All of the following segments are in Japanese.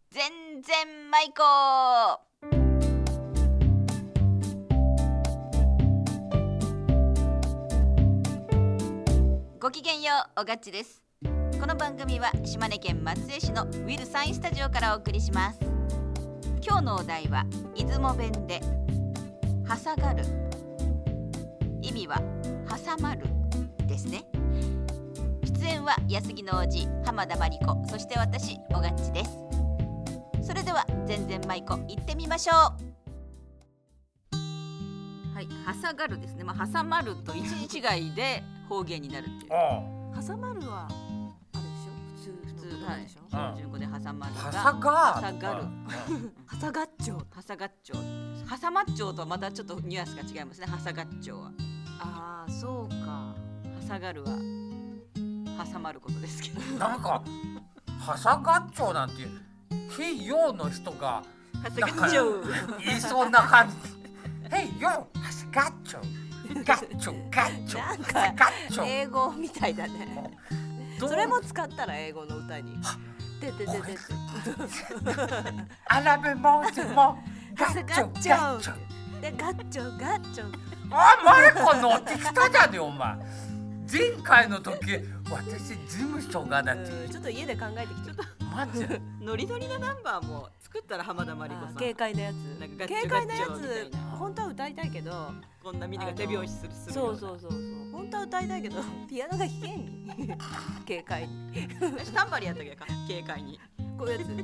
全然舞子。ごきげんよう、おがっちです。この番組は島根県松江市のウィルサインスタジオからお送りします。今日のお題は出雲弁ではさがる、意味は挟まるですね。出演は安来の王子浜田真理子、そして私おがっちです。それでは全然舞子行ってみましょう。はい、はさがるですね。挟まると一字違いで方言になるっていう。 挟まるはあれでしょ、普通はい、標準語で挟まるがはさがはさがる、 はさがっちょう、 はさがっちょう、はさまっちょうとはまたちょっとニュアンスが違いますね。はさがっちょうは、 ああそうか、 はさがるは挟まることですけど、 なんかはさがっちょうなんて非洋の人がはさがっちょう言いそうな感じ。へいよ、はさがっちょう、ガッチョガッチョ、 なんかガッチョ。 英語みたいだね。それも使ったら英語の歌に。でアラベモーゼもガッチョガッチョ。 でガッチョガッチョ。 マリコ乗ってきたじゃねお前。前回の時私事務所がだってちょっと家で考えてきて。 マジノリノリなナンバーも作ったら浜田真理子さん、 軽快なやつ、 なんかガッチョ軽快なやガッチョみたいつ本当は歌いたいけど、 こんなみんなが手拍子するそう本当は歌いたいけどピアノが弾けんに軽快にタンバリンやったっけか、軽快にこういうやつ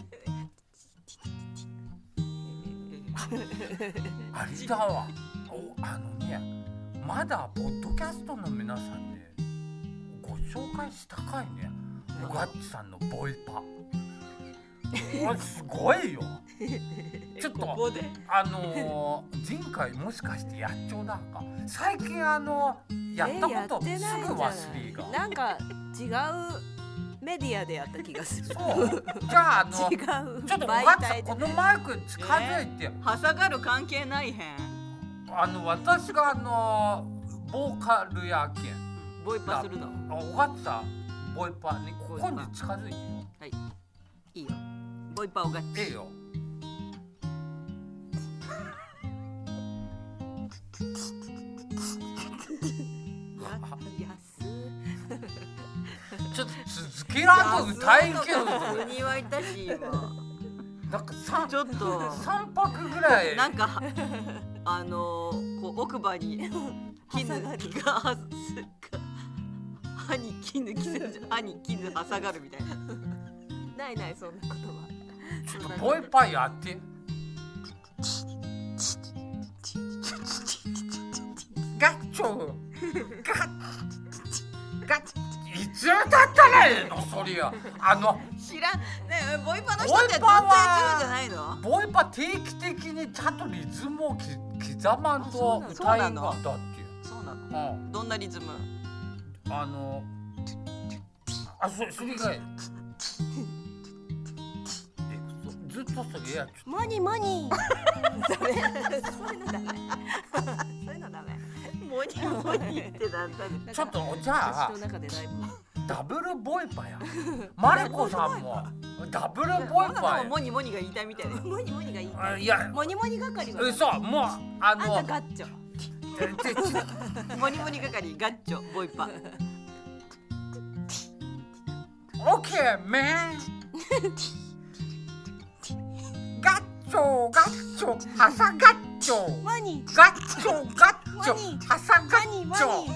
あれだわ。ね、まだポッドキャストの皆さんねご紹介したかいね。おがっちさんのボイパこれすごいよ。ちょっとここで前回もしかしてやっちょうだんか。最近やったことすぐ忘れが。 なんか違うメディアでやった気がする。 そうじゃあ違うちょっとおがっちさんこのマイク近づいて、 はさがる関係ないへん。 私がボーカルやけんボイパするの。 おがっちさんボイパにここに近づいてよ。 はい、いいよ。ボイパおがっち。 ええよ。ちょっと続けらんと歌えんけど。 国はいたし今。 なんかちょっと 3拍ぐらい。 なんかこう奥歯に絹が歯に絹歯に絹はさがるみたいな。 ないそんな言葉。 ちょっとボイパやって。ガッチョガッいつ歌ったらええのそりゃ。 知らんね。ボイパの人ってずっとやってるんじゃないの？ ボイパ定期的にちゃんとリズムを刻まんと歌えんがだって。 そうなの、どんなリズム？ それがずっとそれやっちゃモニダメそういうのダメそういうのダメ。 モニってなんだね。 ちょっとじゃあ私の中でだいぶダブルボイパや。マリコさんもダブルボイパや。 モニが言いたいみたいな。 モニがいい。 いやモニ係はそうもうあんたガッチョモニ係ガッチョボイパ。 オッケーメンガッチョはさガッチョモニガッチョはさガッチョ。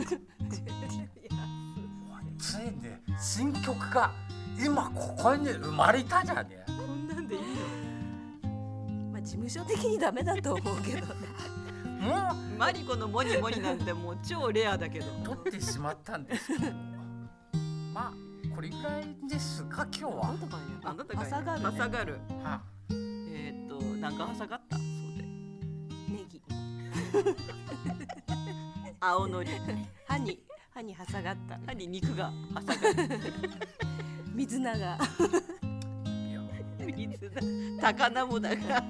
ついに新曲が今ここに生まれたじゃね。 こんなんでいいの？ 事務所的にダメだと思うけどね。 もうマリコのモニなんてもう超レアだけど取ってしまったんですけどまあこれぐらいですか今日は。 なんだったかいね。 はさがるね。 はさがる。 はなんかはさがった。そうで。 ネギ。 青のり。 歯にはさがった。 歯に肉がはさがる。 水菜が。 いや水菜。高菜もだが。 いや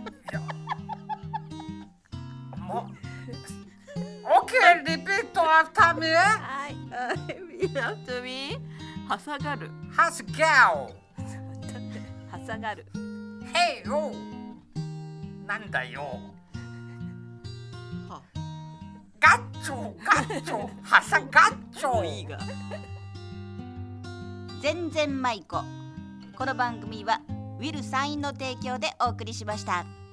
もう OK リピートアフターミー。 はい。 アフターミー。はさがる。 はさがる。 はさがる。 へいよなんだよはガッチョガッチョはさガッチョいいが全然舞子。この番組はウィル・サインの提供でお送りしました。